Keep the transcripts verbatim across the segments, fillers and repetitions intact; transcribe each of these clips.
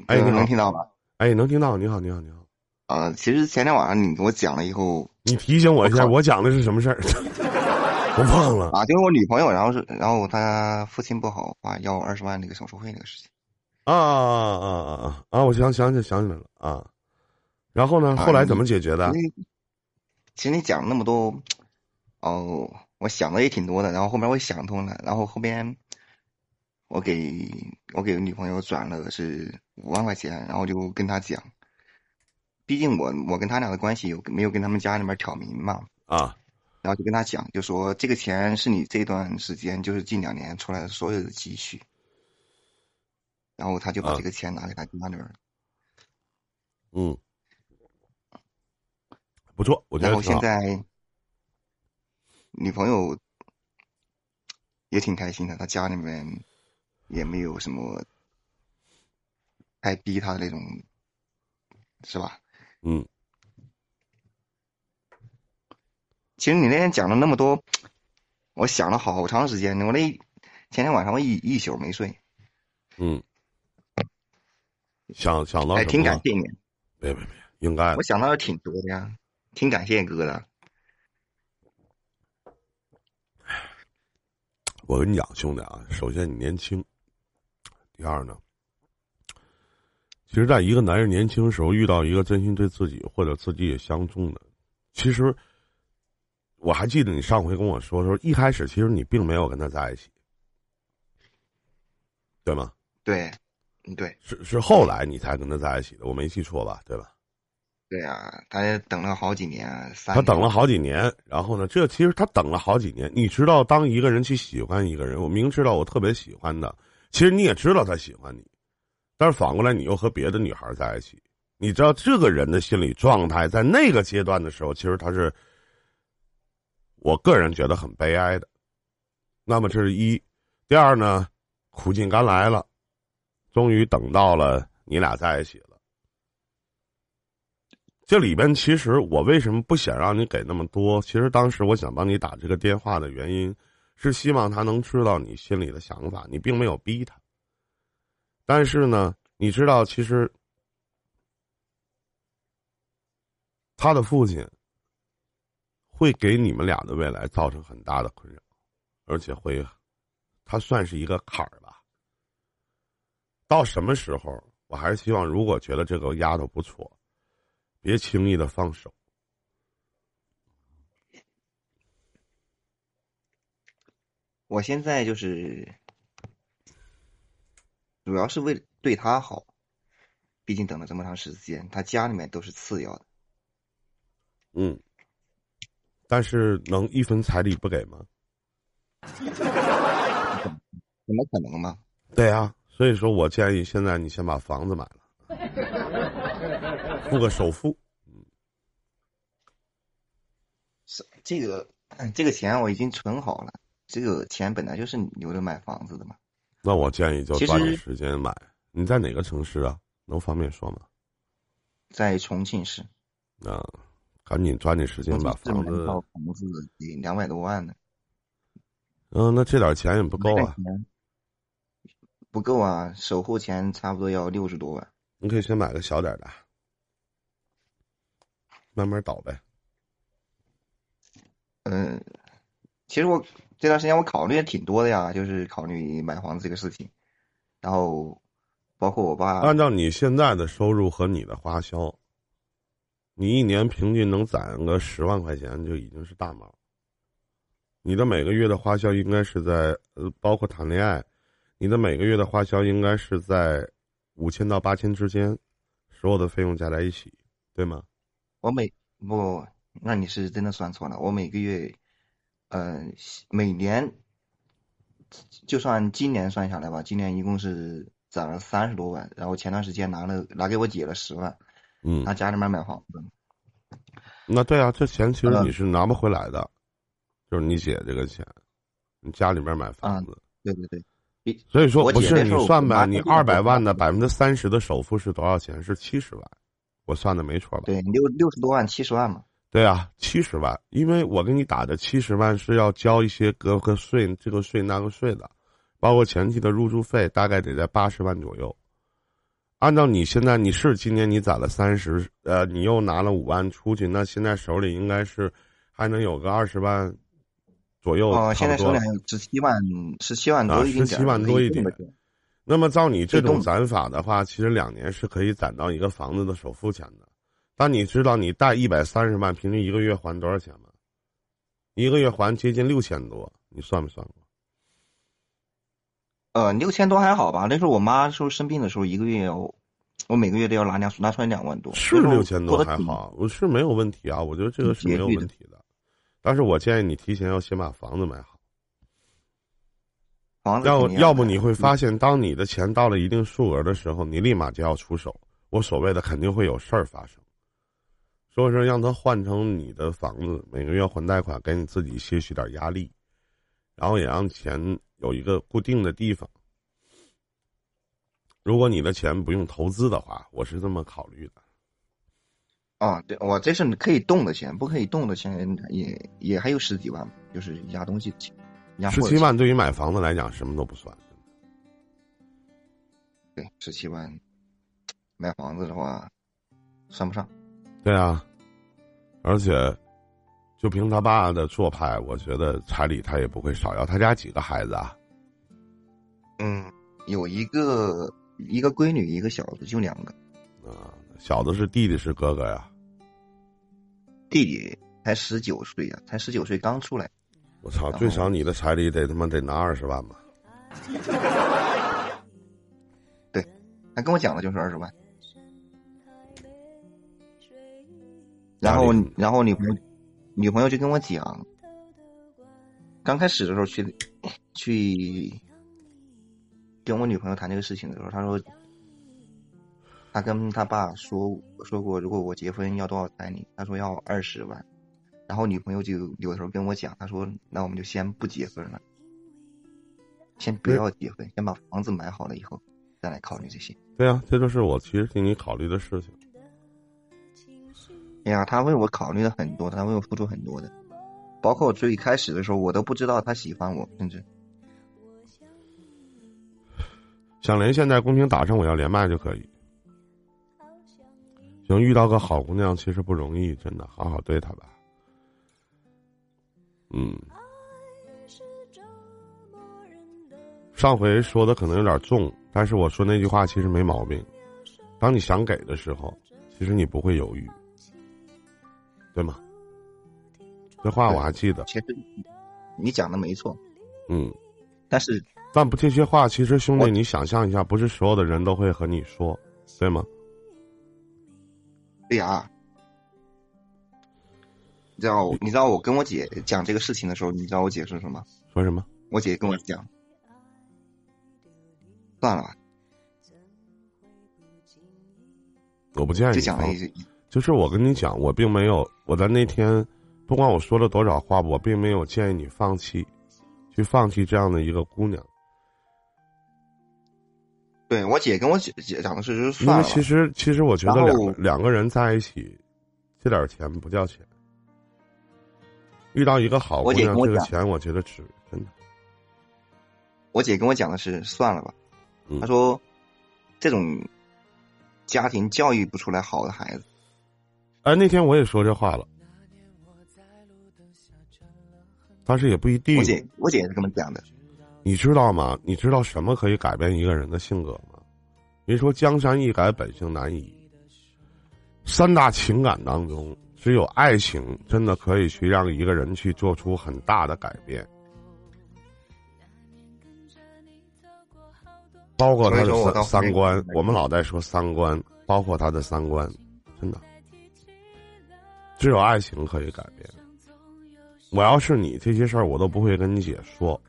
哎，你好， 能听到吗？ 哎，能听到，你好，你好，你好。 啊、其实前天晚上你给我讲了以后， 你提醒我一下， 我靠我讲的是什么事儿？我忘了啊，就是我女朋友，然后是，然后她父亲不好，啊，要二十万那个手术费那个事情。 啊啊啊啊啊！啊我想想起想起来了啊。然后呢？ 啊， 后来怎你么解决的？ 其实其实你讲了那么多，哦，我想的也挺多的，然后后面我也想通了，然后后边我给我给女朋友转了是五万块钱，然后就跟她讲，毕竟我我跟他俩的关系有没有跟他们家里面挑明嘛， 啊然后就跟他讲，就说这个钱是你这段时间就是近两年出来的所有的积蓄，然后他就把啊这个钱拿给他家里人， 嗯，不错，我觉然后得挺好。 现在女朋友也挺开心的，他家里面也没有什么太逼他的那种，是吧？ 嗯， 其实你那天讲了那么多，我想了好长时间，我那前天晚上我一一宿没睡， 嗯，想想到哎，挺什么了？ 感谢你， 别别别，应该的。 我想到的挺多的呀，挺感谢哥的。 我跟你讲，兄弟啊，首先你年轻，第二呢，其实在一个男人年轻时候遇到一个真心对自己或者自己也相中的，其实我还记得你上回跟我说说，一开始其实你并没有跟他在一起，对吗？ 对，嗯对。 是是后来你才跟他在一起的，我没记错吧？对吧？ 对啊，他也等了好几年，三年他等了好几年，然后呢，这其实他等了好几年。你知道，当一个人去喜欢一个人，我明知道我特别喜欢的，其实你也知道他喜欢你，但是反过来你又和别的女孩在一起，你知道这个人的心理状态在那个阶段的时候，其实他是，我个人觉得很悲哀的。那么这是一，第二呢，苦尽甘来了，终于等到了你俩在一起了。这里边其实我为什么不想让你给那么多？其实当时我想帮你打这个电话的原因，是希望他能知道你心里的想法，你并没有逼他。但是呢，你知道，其实他的父亲会给你们俩的未来造成很大的困扰，而且会，他算是一个坎儿吧。到什么时候，我还是希望，如果觉得这个丫头不错，别轻易的放手。 我现在就是主要是为了对他好，毕竟等了这么长时间，他家里面都是次要的。 嗯，但是能一分彩礼不给吗？ 怎么可能嘛？ 对啊，所以说我建议现在你先把房子买了，付个首付。 是这个这个钱我已经存好了，这个钱本来就是留着买房子的嘛。 那我建议就抓紧其实， 时间买。你在哪个城市啊？能方便说吗？ 在重庆市， 啊，赶紧抓紧时间把重庆市买一房子。 套房子得两百多万呢， 嗯，那这点钱也不够啊。 不够啊，首付钱差不多要六十多万。 你可以先买个小点的，慢慢倒呗。 嗯，其实我这段时间我考虑也挺多的呀，就是考虑买房子这个事情，然后包括我爸， 按照你现在的收入和你的花销，你一年平均能攒个十万块钱就已经是大毛。你的每个月的花销应该是在呃，包括谈恋爱，你的每个月的花销应该是在五千到八千之间，所有的费用加在一起，对吗？ 我每不，那你是真的算错了，我每个月，呃，每年就算今年算下来吧，今年一共是攒了三十多万，然后前段时间拿了拿给我姐了十万， 嗯， 拿家里面买房子。 那对啊，这钱其实呃你是拿不回来的，就是你姐这个钱，你家里面买房嗯， 子， 对对对，比所以说我不是姐那时候我你算呗， 妈你二百万的百分之三十的首付是多少钱？是七十万，我算的没错吧？ 对六六十多万七十万嘛。 对啊，七十万，因为我给你打的七十万是要交一些各个税，这个税那个税的，包括前期的入住费，大概得在八十万左右。 按照你现在你是今年你攒了三十，呃，你又拿了五万出去，那现在手里应该是还能有个二十万左右。 哦、呃，现在手里还有十七万，十七万多一点点， 十七万多一点。那么照你这种攒法的话，其实两年是可以攒到一个房子的首付钱的。但你知道你贷一百三十万，平均一个月还多少钱吗？一个月还接近六千多，你算没算过？ 呃，六千多还好吧？那时候我妈说生病的时候，一个月我我每个月都要拿两拿出来两万多， 是六千多还好，我是没有问题啊，我觉得这个是没有问题的。但是我建议你提前要先把房子买好。 房子要要不你会发现，当你的钱到了一定数额的时候，你立马就要出手。我所谓的肯定会有事儿发生，所以说让他换成你的房子，每个月还贷款，给你自己些许点压力，然后也让钱有一个固定的地方。如果你的钱不用投资的话，我是这么考虑的。 啊，对，我这是可以动的钱，不可以动的钱也也还有十几万，就是压东西的钱。 十七万对于买房子来讲什么都不算。 对，十七万买房子的话算不上。 对啊，而且就凭他爸的做派，我觉得彩礼他也不会少要。他家几个孩子啊？ 嗯，有一个一个闺女，一个小子，就两个。 啊，小的是弟弟是哥哥呀？ 弟弟才十九岁呀，才十九岁刚出来。 我操！最少你的彩礼得他妈得拿二十万吧？ 对，他跟我讲的就是二十万。然后，然后女朋友女朋友就跟我讲，刚开始的时候去去跟我女朋友谈这个事情的时候，他说他跟他爸说说过，如果我结婚要多少彩礼，他说要二十万。然后女朋友就有时候跟我讲，她说那我们就先不结婚了，先不要结婚，先把房子买好了以后再来考虑这些。 对啊，这就是我其实替你考虑的事情。 哎呀，他为我考虑了很多，他为我付出很多的，包括我最开始的时候我都不知道他喜欢我，甚至想连线在公屏打上我要连麦就可以。想遇到个好姑娘其实不容易，真的好好对她吧。嗯，上回说的可能有点重，但是我说那句话其实没毛病。当你想给的时候，其实你不会犹豫，对吗？这话我还记得。 其实你讲的没错， 嗯， 但是但不这些话，其实兄弟，你想象一下，不是所有的人都会和你说，对吗？ 对呀。你知道，你知道我跟我姐讲这个事情的时候，你知道我姐说什么？ 说什么？ 我姐跟我讲，算了吧。 我不建议你。 就讲了一句， 就是我跟你讲，我并没有，我在那天，不管我说了多少话，我并没有建议你放弃，去放弃这样的一个姑娘。 对，我姐跟我姐讲的是，就是算了吧。 因为其实，其实我觉得两个两个人在一起，这点钱不叫钱。遇到一个好姑娘，这个钱我觉得值，真的。 我姐跟我讲的是算了吧， 嗯、 她说这种家庭教育不出来好的孩子。 哎，那天我也说这话了，但是也不一定。 我姐我姐也是这么讲的。 你知道吗？你知道什么可以改变一个人的性格吗？人说江山易改，本性难移。三大情感当中，只有爱情真的可以去让一个人去做出很大的改变，包括他的三三观。我们老在说三观，包括他的三观，真的只有爱情可以改变。我要是你，这些事儿我都不会跟你姐说。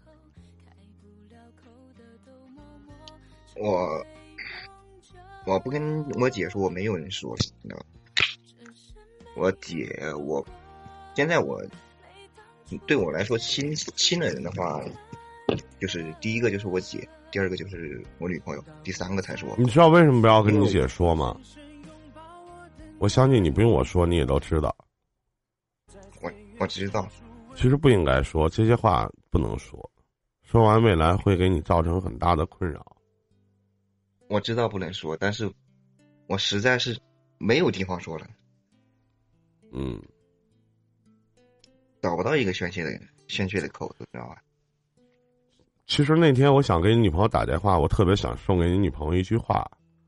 我我不跟我姐说，我没有人说，你知道。我姐，我现在我对我来说亲亲的人的话，就是第一个就是我姐，第二个就是我女朋友，第三个才是我。 你知道为什么不要跟你姐说吗？我相信你不用我说，你也都知道。 我我知道， 其实不应该说这些话，不能说，说完未来会给你造成很大的困扰。 我知道不能说，但是我实在是没有地方说了， 嗯， 找不到一个宣泄的宣泄的口子，知道吧？ 其实那天我想给你女朋友打电话，我特别想送给你女朋友一句话，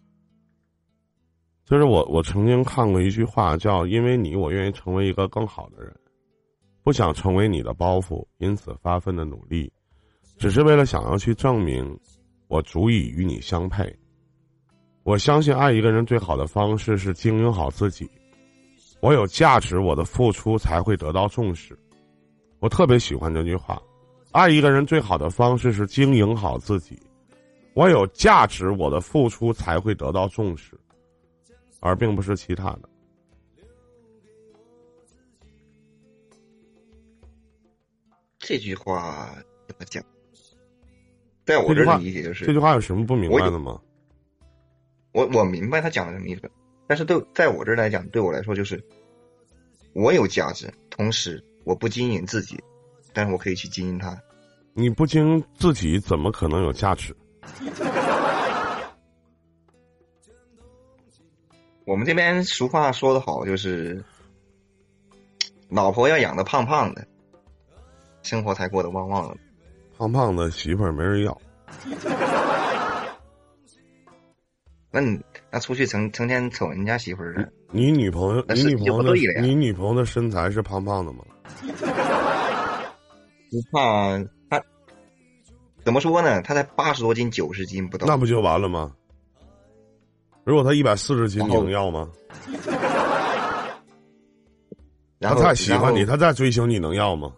就是我我曾经看过一句话，叫因为你我愿意成为一个更好的人，不想成为你的包袱，因此发奋的努力，只是为了想要去证明我足以与你相配。我相信爱一个人最好的方式是经营好自己，我有价值，我的付出才会得到重视。我特别喜欢这句话，爱一个人最好的方式是经营好自己，我有价值，我的付出才会得到重视，而并不是其他的。 这句话怎么讲？在我这儿的理解就是这句话有什么不明白的吗？ 我我明白他讲的什么意思，但是对在我这儿来讲，对我来说就是我有价值，同时我不经营自己，但是我可以去经营它。 你不经营自己，怎么可能有价值？ 我们这边俗话说得好，就是老婆要养得胖胖的，生活才过得旺旺的。 胖胖的媳妇儿没人要。 那你那出去成成天瞅人家媳妇儿的， 你女朋友，你女朋友的你女朋友的身材是胖胖的吗？ 不胖，她怎么说呢？她才八十多斤，九十斤不到。 那不就完了吗？如果她一百四十斤，你能要吗？ 然后她再喜欢你，她再追求你，能要吗？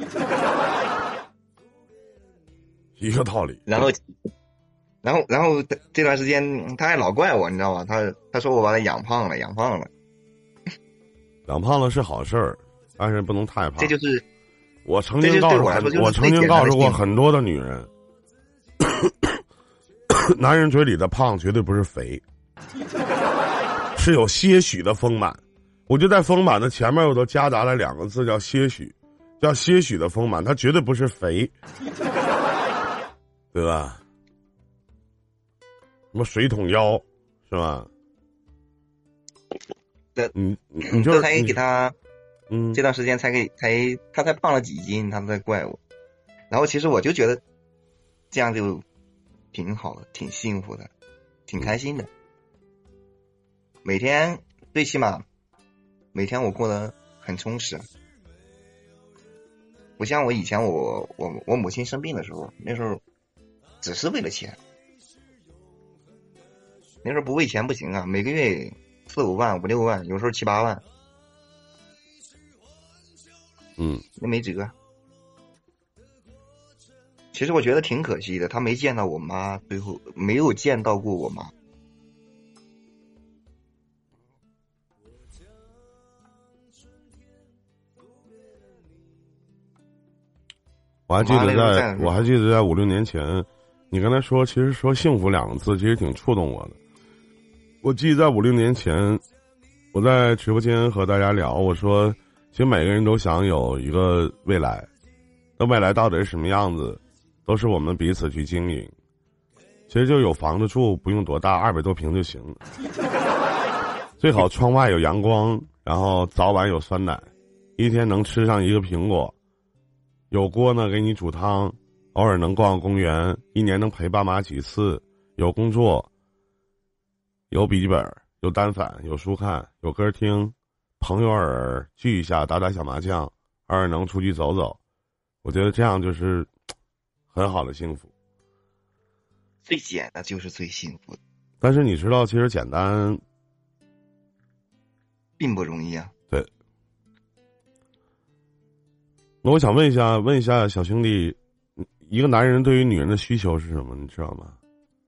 一个道理。 然后。然后，然后这段时间他还老怪我，你知道吗？他他说我把他养胖了，养胖了。 养胖了是好事儿，但是不能太胖。 这就是我曾经告诉我，我曾经告诉过很多的女人，男人嘴里的胖绝对不是肥，是有些许的丰满。我就在丰满的前面，我都夹杂了两个字，叫些许，叫些许的丰满，它绝对不是肥，对吧？什么水桶腰，是吧？ 这你你就是才给他， 嗯， 这段时间才给才他才胖了几斤，他都在怪我。然后其实我就觉得这样就挺好的，挺幸福的，挺开心的。每天最起码每天我过得很充实，不像我以前我我我母亲生病的时候，那时候只是为了钱。那时候不为钱不行啊，每个月四五万、五六万，有时候七八万， 嗯， 那没辙。其实我觉得挺可惜的，他没见到我妈，最后没有见到过我妈。 我还记得在，我还记得在五六年前，你刚才说，其实说幸福两个字，其实挺触动我的。我记得在五六年前，我在直播间和大家聊，我说，其实每个人都想有一个未来，那未来到底是什么样子，都是我们彼此去经营。其实就有房子住，不用多大，二百多平就行了。最好窗外有阳光，然后早晚有酸奶，一天能吃上一个苹果，有锅呢给你煮汤，偶尔能逛公园，一年能陪爸妈几次，有工作。有笔记本，有单反，有书看，有歌听，朋友尔聚一下，打打小麻将，偶尔能出去走走，我觉得这样就是很好的幸福。 最简单就是最幸福的。 但是你知道，其实简单并不容易啊。 对。那我想问一下，问一下小兄弟，一个男人对于女人的需求是什么？你知道吗？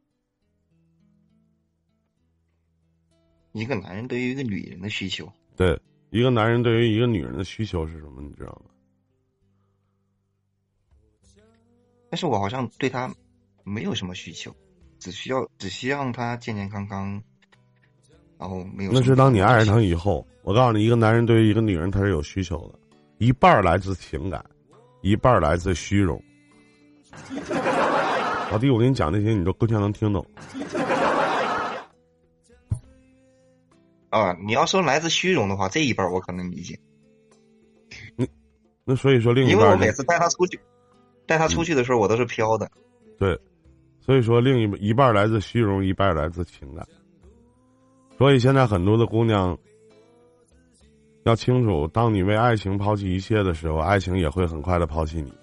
一个男人对于一个女人的需求， 对，一个男人对于一个女人的需求是什么？你知道吗？ 但是我好像对他没有什么需求，只需要只希望他健健康康，然后没有。 那是当你爱上他以后，我告诉你，一个男人对于一个女人他是有需求的，一半来自情感，一半来自虚荣。老弟，我跟你讲这些，你都更加能听懂。 啊，你要说来自虚荣的话，这一半我可能理解。 嗯，那所以说另一半， 因为我每次带他出去，带他出去的时候，我都是飘的。 对，所以说另一一半来自虚荣，一半来自情感。所以现在很多的姑娘要清楚，当你为爱情抛弃一切的时候，爱情也会很快的抛弃你。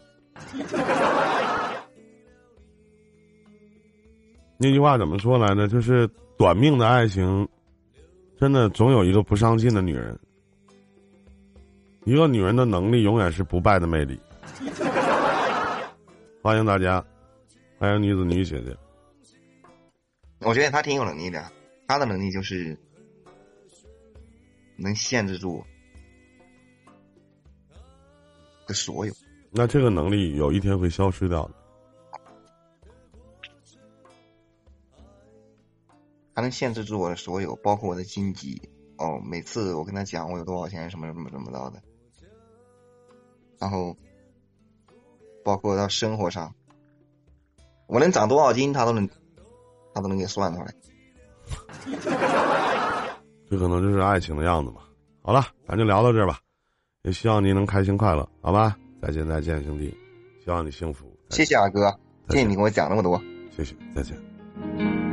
那句话怎么说来呢？就是短命的爱情，真的总有一个不上进的女人。一个女人的能力永远是不败的魅力。欢迎大家，欢迎女子女姐姐。 我觉得他挺有能力的，他的能力就是能限制住的所有。 那这个能力有一天会消失掉的。 他能限制住我的所有，包括我的经济。哦，每次我跟他讲我有多少钱，什么什么什么到的，然后包括到生活上，我能长多少斤，他都能，他都能给算出来。 这可能就是爱情的样子吧。好了，咱就聊到这儿吧，也希望您能开心快乐，好吧？再见再见，兄弟，希望你幸福。 谢谢啊哥，谢谢你跟我讲那么多。 谢谢，再见。